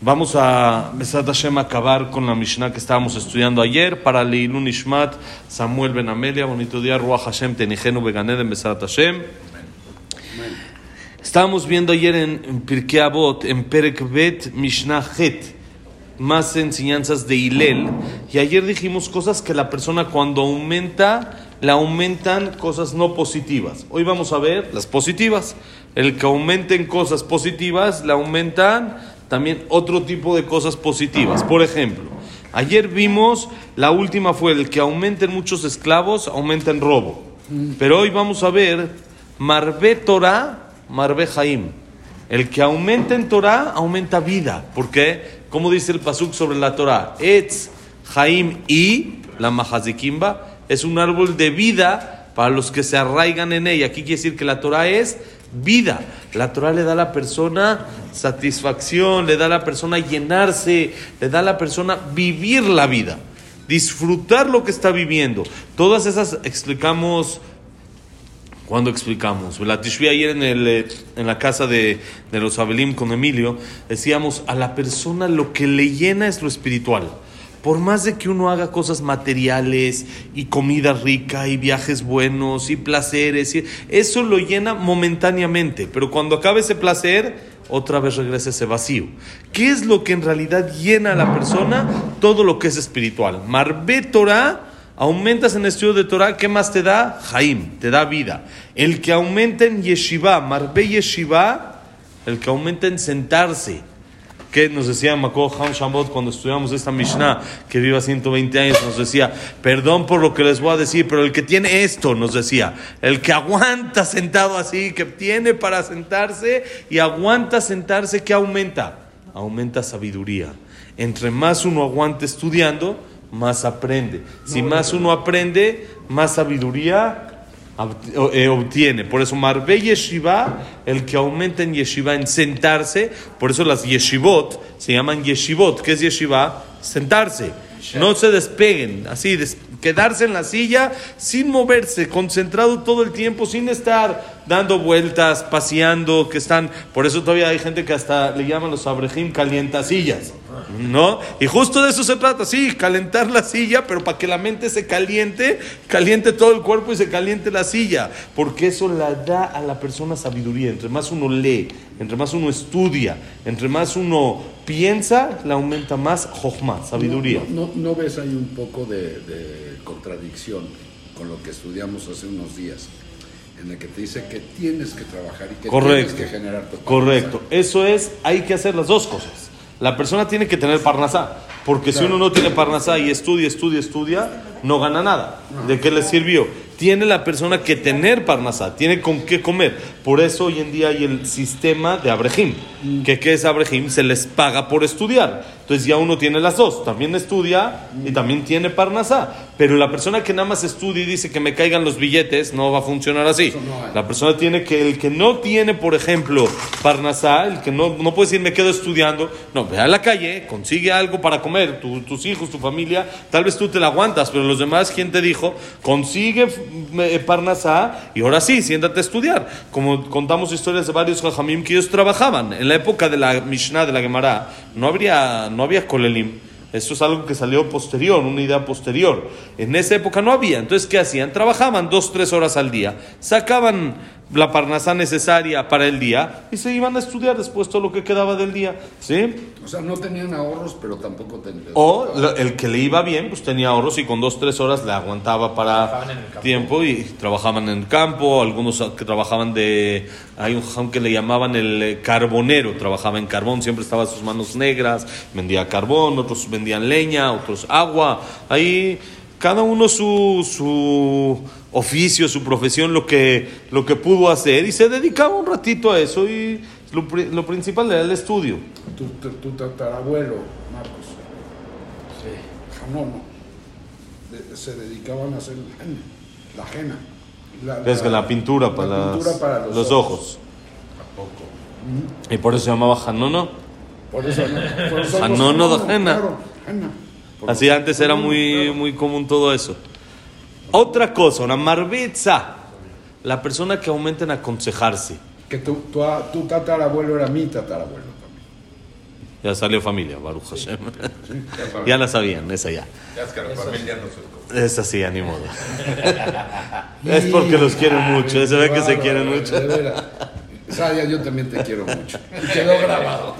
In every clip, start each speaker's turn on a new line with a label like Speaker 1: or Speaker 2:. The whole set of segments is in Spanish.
Speaker 1: Vamos a Besat Hashem acabar con la Mishnah que estábamos estudiando ayer para Leilun Ishmat Samuel Ben Amelia. Bonito día, Ruach Hashem Tenigenu Beganed en Besat Hashem. Estábamos viendo ayer en Pirkei Avot, en Perek Bet Mishnah Het, más enseñanzas de Hillel, y ayer dijimos cosas que la persona cuando aumenta, la aumentan cosas no positivas. Hoy vamos a ver las positivas. El que aumenten cosas positivas, le aumentan también otro tipo de cosas positivas. Por ejemplo, ayer vimos, la última fue el que aumenten muchos esclavos, aumenta en robo. Pero hoy vamos a ver Marbe Torah, Marbe Haim. El que aumenta en Torah, aumenta vida. ¿Por qué? Como dice el pasuk sobre la Torah, Etz, Haim y la Mahazikimba, es un árbol de vida para los que se arraigan en ella. Aquí quiere decir que la Torah es vida. La Torah le da a la persona satisfacción, le da a la persona llenarse, le da a la persona vivir la vida, disfrutar lo que está viviendo. Todas esas explicamos. ¿Cuándo explicamos? La Tishvi ayer en la casa de los Abelim con Emilio, decíamos, a la persona lo que le llena es lo espiritual. Por más de que uno haga cosas materiales y comida rica y viajes buenos y placeres, eso lo llena momentáneamente, pero cuando acabe ese placer, otra vez regresa ese vacío. ¿Qué es lo que en realidad llena a la persona? Todo lo que es espiritual. Marbe Torah, aumentas en el estudio de Torah, ¿qué más te da? Haim, te da vida. El que aumenta en Yeshiva, Marbe Yeshiva, el que aumenta en sentarse. Que nos decía Makor Ham Shambot cuando estudiamos esta Mishnah, que viva 120 años, nos decía, perdón por lo que les voy a decir, pero el que tiene esto, nos decía, el que aguanta sentado así, que tiene para sentarse y aguanta sentarse, ¿qué aumenta? Aumenta sabiduría. Entre más uno aguante estudiando, más aprende. Si más uno aprende, más sabiduría obtiene. Por eso Marbe Yeshiva, el que aumenta en Yeshiva, en sentarse, por eso las Yeshivot se llaman Yeshivot. ¿Qué es Yeshiva? Sentarse. No se despeguen, así, quedarse en la silla sin moverse, concentrado todo el tiempo, sin estar dando vueltas, paseando, que están, por eso todavía hay gente que hasta le llaman los abrejim calientasillas, ¿no? Y justo de eso se trata, sí, calentar la silla, pero para que la mente se caliente todo el cuerpo y se caliente la silla, porque eso le da a la persona sabiduría. Entre más uno lee, entre más uno estudia, entre más uno piensa, le aumenta más jochma, sabiduría.
Speaker 2: ¿No ves ahí un poco de contradicción con lo que estudiamos hace unos días? En el que te dice que tienes que trabajar y que tienes que generar tu parnasá. Correcto.
Speaker 1: Eso es, hay que hacer las dos cosas. La persona tiene que tener parnasá, porque claro, si uno no tiene parnasá y estudia, no gana nada. ¿De qué le sirvió? Tiene la persona que tener parnasá, tiene con qué comer. Por eso hoy en día hay el sistema de abrejim. ¿Qué es abrejim? Se les paga por estudiar. Entonces ya uno tiene las dos, también estudia y también tiene parnasá. Pero la persona que nada más estudia y dice que me caigan los billetes, no va a funcionar así. La persona tiene que, el que no tiene, por ejemplo, parnasá, el que no puede decir me quedo estudiando, no, ve a la calle, consigue algo para comer, tus hijos, tu familia, tal vez tú te la aguantas, pero los demás, ¿quién te dijo? Consigue parnasá y ahora sí, siéntate a estudiar. Como contamos historias de varios jajamim que ellos trabajaban. En la época de la Mishnah, de la Gemara, no había kolelim. Eso es algo que salió posterior, una idea posterior. En esa época no había. Entonces, ¿qué hacían? Trabajaban 2-3 horas al día, sacaban la parnasá necesaria para el día y se iban a estudiar después todo lo que quedaba del día, ¿sí?
Speaker 2: O sea, no tenían ahorros, pero tampoco tenían...
Speaker 1: O el que le iba bien, pues tenía ahorros y con 2-3 horas le aguantaba para tiempo y trabajaban en el campo. Algunos que trabajaban hay un jajam que le llamaban el carbonero, trabajaba en carbón, siempre estaba sus manos negras, vendía carbón, otros vendían leña, otros agua. Ahí cada uno su oficio, su profesión, lo que pudo hacer, y se dedicaba un ratito a eso, y lo principal era el estudio.
Speaker 2: Tu tatarabuelo, Marcos, se dedicaban a hacer la henna.
Speaker 1: Es que la pintura para los ojos.
Speaker 2: ¿A poco?
Speaker 1: Y por eso se llamaba Hanono.
Speaker 2: Por eso
Speaker 1: Hanono de henna.
Speaker 2: Claro, henna.
Speaker 1: Así antes era muy común todo eso. Otra cosa, una marbetza, la persona que aumenta en aconsejarse.
Speaker 2: Que tu tatarabuelo era mi tatarabuelo también.
Speaker 1: Ya salió familia, Baruch Hashem. Ya la sabían, esa ya.
Speaker 3: Ya es que la familia no se escoge.
Speaker 1: Esa sí, ni modo. Es porque los quieren mucho, se ve que se quieren mucho.
Speaker 2: De veras. Sadia, yo también te quiero mucho. Y quedó grabado.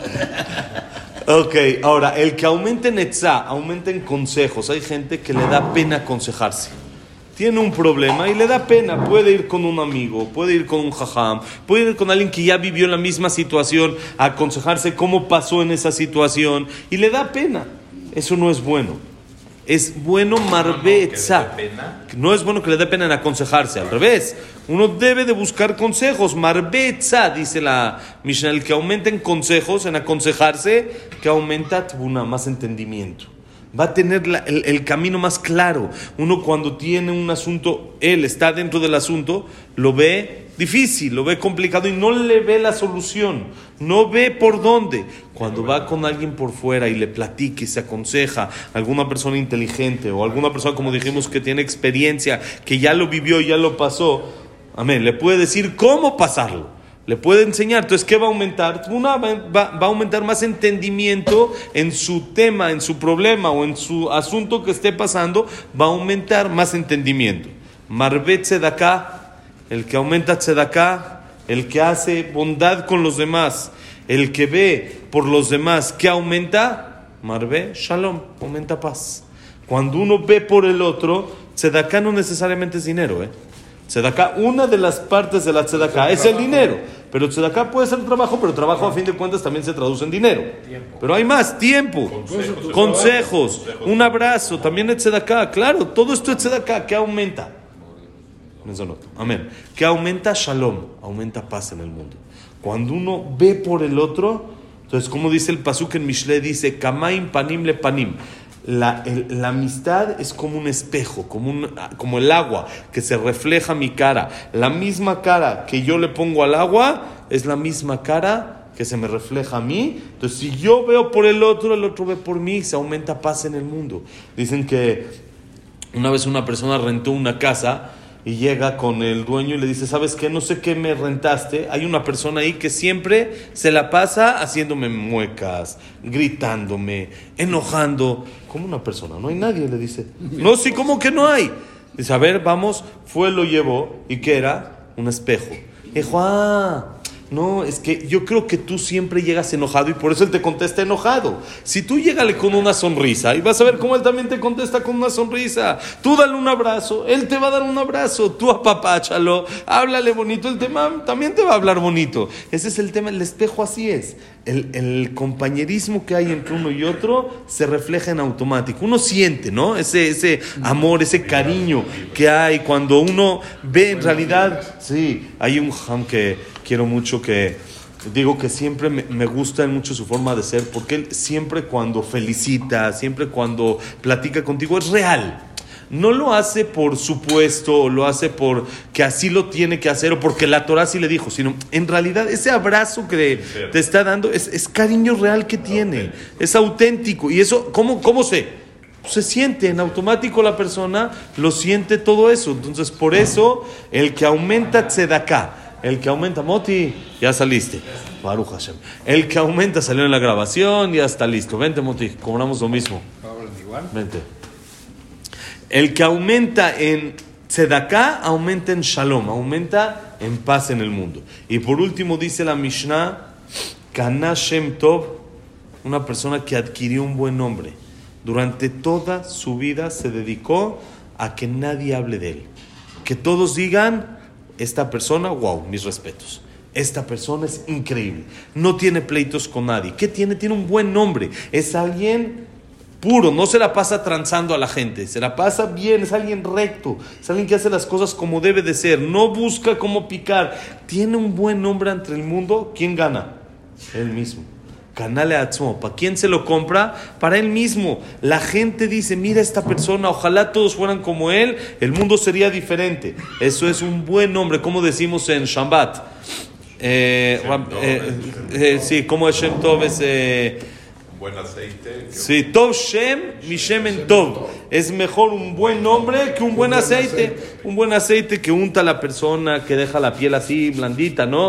Speaker 1: Ok, ahora, el que aumenta en etzá, aumenta en consejos. Hay gente que le da pena aconsejarse. Tiene un problema y le da pena. Puede ir con un amigo, puede ir con un jajam, puede ir con alguien que ya vivió la misma situación, a aconsejarse cómo pasó en esa situación y le da pena. Eso no es bueno. Es bueno marbe etzá. No es bueno que le dé pena en aconsejarse, al revés. Uno debe de buscar consejos. Marbe etzá, dice la Mishnah, el que aumenta en consejos, en aconsejarse, que aumenta tbuna, más entendimiento. Va a tener el camino más claro. Uno cuando tiene un asunto, él está dentro del asunto, lo ve difícil, lo ve complicado y no le ve la solución, no ve por dónde. Cuando va con alguien por fuera y le platica y se aconseja, alguna persona inteligente o alguna persona, como dijimos, que tiene experiencia, que ya lo vivió, ya lo pasó, amén, le puede decir cómo pasarlo. Le puede enseñar. Entonces, ¿qué va a aumentar? Va a aumentar más entendimiento en su tema, en su problema o en su asunto que esté pasando. Va a aumentar más entendimiento. Marbet Tzedaká, el que aumenta Tzedaká, el que hace bondad con los demás, el que ve por los demás, ¿qué aumenta? Marbe Shalom, aumenta paz. Cuando uno ve por el otro, Tzedaká no necesariamente es dinero, Tzedaká, una de las partes de la Tzedaká es el dinero, pero Tzedaká puede ser trabajo, pero trabajo a fin de cuentas también se traduce en dinero. Pero hay más, tiempo, consejos, un abrazo, también es Tzedaká, claro, todo esto es Tzedaká, ¿qué aumenta? Amén. ¿Qué aumenta? Shalom, aumenta paz en el mundo. Cuando uno ve por el otro, entonces como dice el pasuk en Mishle, dice, Kamaim panim le panim. La amistad es como un espejo, como el agua que se refleja mi cara. La misma cara que yo le pongo al agua es la misma cara que se me refleja a mí. Entonces, si yo veo por el otro ve por mí, se aumenta paz en el mundo. Dicen que una vez una persona rentó una casa y llega con el dueño y le dice, ¿sabes qué? No sé qué me rentaste. Hay una persona ahí que siempre se la pasa haciéndome muecas, gritándome, enojando. ¿Cómo una persona? No hay nadie, le dice. No, sí, ¿cómo que no hay? Dice, a ver, vamos. Fue, lo llevó. ¿Y qué era? Un espejo. Dijo, no, es que yo creo que tú siempre llegas enojado y por eso él te contesta enojado. Si tú llégale con una sonrisa y vas a ver cómo él también te contesta con una sonrisa. Tú dale un abrazo, él te va a dar un abrazo. Tú apapáchalo, háblale bonito, él también te va a hablar bonito. Ese es el tema, el espejo así es. El compañerismo que hay entre uno y otro se refleja en automático. Uno siente, ¿no? Ese amor, ese cariño que hay cuando uno ve en realidad. Sí, hay un jam que quiero mucho, que digo que siempre me gusta mucho su forma de ser, porque él siempre cuando felicita, siempre cuando platica contigo es real. No lo hace por supuesto, o lo hace por que así lo tiene que hacer, o porque la Torah sí le dijo, sino en realidad ese abrazo que te está dando es cariño real que tiene, es auténtico. Y eso, ¿cómo se siente en automático? La persona lo siente todo eso. Entonces, por eso, el que aumenta tzedaká, el que aumenta, Moti, ya saliste. Baruch Hashem. El que aumenta, salió en la grabación, ya está listo. Vente, Moti, cobramos lo mismo. Vente. El que aumenta en tzedaká, aumenta en shalom, aumenta en paz en el mundo. Y por último dice la Mishnah, Kana Shem Tov, una persona que adquirió un buen nombre. Durante toda su vida se dedicó a que nadie hable de él. Que todos digan, esta persona, wow, mis respetos. Esta persona es increíble. No tiene pleitos con nadie. ¿Qué tiene? Tiene un buen nombre. Es alguien puro, no se la pasa transando a la gente, se la pasa bien, es alguien recto, es alguien que hace las cosas como debe de ser, no busca cómo picar, tiene un buen nombre ante el mundo. ¿Quién gana? Él mismo. Canale Atzmo. ¿Para quién se lo compra? Para él mismo. La gente dice, mira esta persona, ojalá todos fueran como él, el mundo sería diferente. Eso es un buen nombre, como decimos en Shabbat. Sí, como es Shem Tov, es...
Speaker 3: buen aceite.
Speaker 1: Sí, Tov Shem, mi Shemen Tov. Es mejor un buen nombre que un buen aceite. Un buen aceite que unta a la persona, que deja la piel así blandita, ¿no?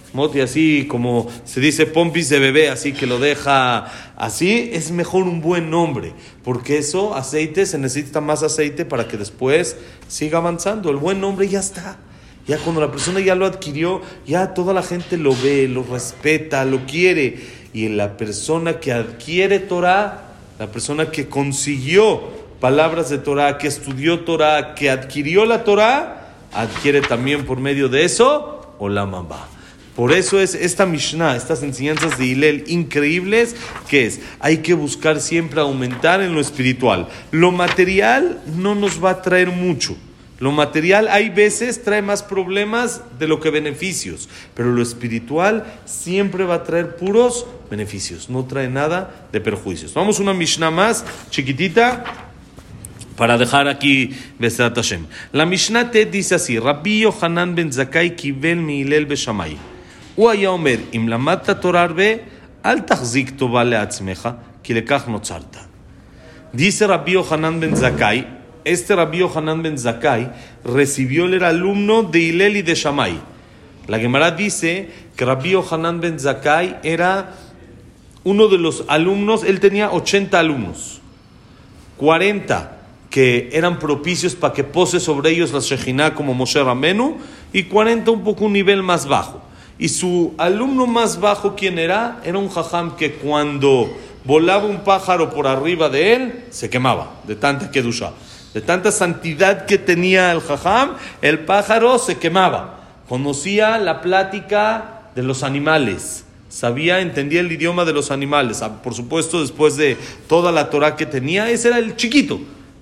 Speaker 1: Moti así, como se dice, pompis de bebé, así que lo deja así, es mejor un buen nombre, porque eso, aceite, se necesita más aceite para que después siga avanzando. El buen nombre ya está. Ya cuando la persona ya lo adquirió, ya toda la gente lo ve, lo respeta, lo quiere. Y la persona que adquiere Torah, la persona que consiguió palabras de Torah, que estudió Torah, que adquirió la Torah, adquiere también por medio de eso Olam Haba. Por eso es esta Mishnah, estas enseñanzas de Hillel increíbles, que es, hay que buscar siempre aumentar en lo espiritual. Lo material no nos va a traer mucho. Lo material hay veces trae más problemas de lo que beneficios, pero lo espiritual siempre va a traer puros beneficios, no trae nada de perjuicios. Vamos a una Mishnah más, chiquitita, para dejar aquí Besrat Hashem. La Mishnah te dice así, Rabbi Yohanan ben Zakkai kibel mi Hillel beshamai. הוא היה אומר, אם למדת תורה הרבה, אל תחזיק טובה לעצמך, כי לכך נוצרת. Dice Rabbi Yohanan ben Zakkai, este Rabbi Yohanan ben Zakkai recibió el alumno de Hillel y de Shammai. La Gemara dice que Rabbi Yohanan ben Zakkai era uno de los alumnos, él tenía 80 alumnos, 40 que eran propicios para que pose sobre ellos la Shejinah como Moshe Rabenu, y 40 un poco un nivel más bajo. Y su alumno más bajo, ¿quién era? Era un jajam que cuando volaba un pájaro por arriba de él, se quemaba, de tanta kedusha, de tanta santidad que tenía el jajam, el pájaro se quemaba. Conocía la plática de los animales, sabía, entendía el idioma de los animales. Por supuesto, después de toda la Torah que tenía, ese era el chiquito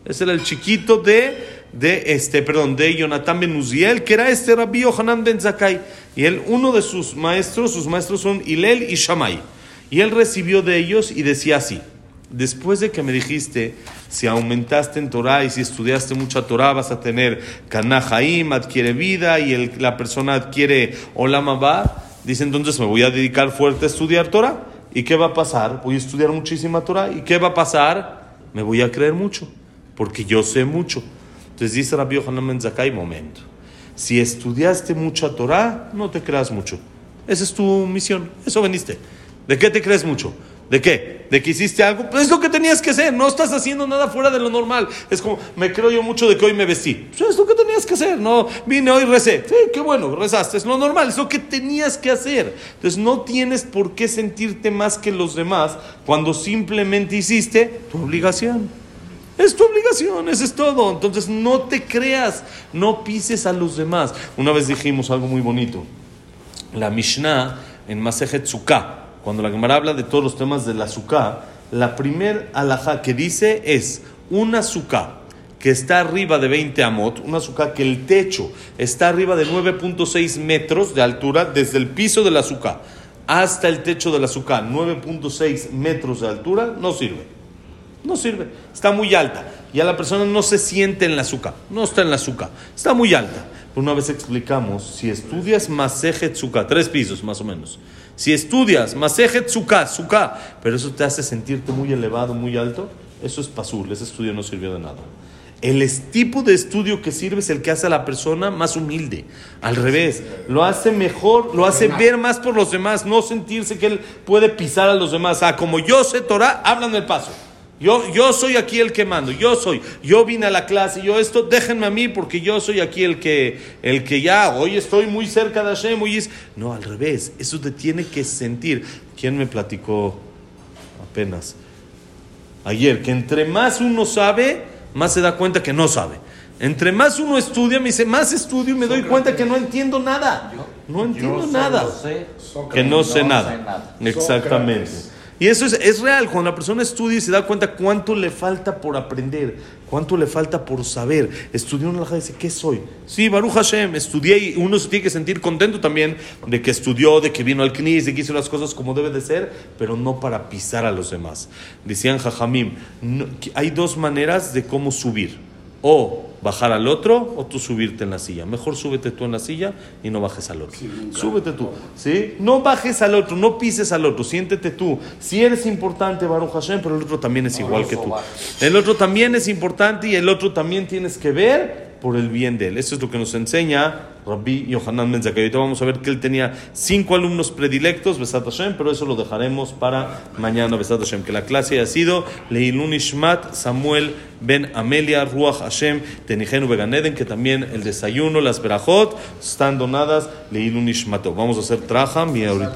Speaker 1: de Jonathan ben Uziel, que era este Rabbi Yohanan ben Zakkai. Y él, uno de sus maestros son Hillel y Shammai. Y él recibió de ellos y decía así: después de que me dijiste, si aumentaste en Torah y si estudiaste mucha Torah, vas a tener Kana Haim, adquiere vida, y la persona adquiere Olam Haba, dice, entonces me voy a dedicar fuerte a estudiar Torah. ¿Y qué va a pasar? Voy a estudiar muchísima Torah. ¿Y qué va a pasar? Me voy a creer mucho, porque yo sé mucho. Entonces dice Rabbi Yohanan ben Zakkai, momento. Si estudiaste mucha Torah, no te creas mucho. Esa es tu misión. Eso veniste. ¿De qué te crees mucho? ¿De qué? ¿De que hiciste algo? Pues es lo que tenías que hacer. No estás haciendo nada fuera de lo normal. Es como, me creo yo mucho de que hoy me vestí. Pues es lo que tenías que hacer. No, vine hoy, recé. Sí, qué bueno, rezaste. Es lo normal. Es lo que tenías que hacer. Entonces no tienes por qué sentirte más que los demás cuando simplemente hiciste tu obligación. Es tu obligación, eso es todo. Entonces no te creas, no pises a los demás. Una vez dijimos algo muy bonito. La Mishnah en Masejet Sukkah, cuando la Gemara habla de todos los temas de la Sukkah, la primer alajá que dice es una Sukkah que está arriba de 20 amot, una Sukkah que el techo está arriba de 9.6 metros de altura, desde el piso de la Sukkah hasta el techo de la Sukkah, 9.6 metros de altura, no sirve. No sirve, está muy alta. Ya la persona no se siente en la azúcar, no está en la azúcar, está muy alta. Una vez explicamos, si estudias Masejet Sukkah, 3 pisos más o menos, si estudias Masejet Sukkah, pero eso te hace sentirte muy elevado, muy alto, eso es pasul, ese estudio no sirvió de nada. El tipo de estudio que sirve es el que hace a la persona más humilde. Al revés, lo hace mejor, lo hace ver más por los demás, no sentirse que él puede pisar a los demás. Como yo sé Torah, háblame el paso. Yo soy aquí el que mando, yo vine a la clase, déjenme a mí porque yo soy aquí el que ya, hoy estoy muy cerca de Hashem, no, al revés, eso te tiene que sentir. ¿Quién me platicó apenas ayer? Que entre más uno sabe, más se da cuenta que no sabe. Entre más uno estudia, me dice, más estudio y me doy cuenta que no entiendo nada. No entiendo nada. Que no sé nada. Exactamente. Y eso es real. Cuando la persona estudia y se da cuenta cuánto le falta por aprender, cuánto le falta por saber. Estudió una alajá y dice, ¿qué soy? Sí, Baruch Hashem, estudié, y uno se tiene que sentir contento también de que estudió, de que vino al Knis, de que hizo las cosas como debe de ser, pero no para pisar a los demás. Decían Jajamim, hay 2 maneras de cómo subir. O bajar al otro, o tú subirte en la silla. Mejor súbete tú en la silla y no bajes al otro. Sí, súbete tú, ¿sí? No bajes al otro, no pises al otro, siéntete tú. Si eres importante, Baruch Hashem, pero el otro también es igual que tú. El otro también es importante y el otro también tienes que ver por el bien de él. Esto es lo que nos enseña Rabbi Yohanan Ben Zakkai. Ahorita vamos a ver que él tenía 5 alumnos predilectos, Besat Hashem, pero eso lo dejaremos para mañana, Besat Hashem. Que la clase ha sido Leilun Ishmat Samuel Ben Amelia Ruach Hashem Tenijenu Began Eden, que también el desayuno, las berajot están donadas Leilun Ishmato. Vamos a hacer traja, mi ahorita.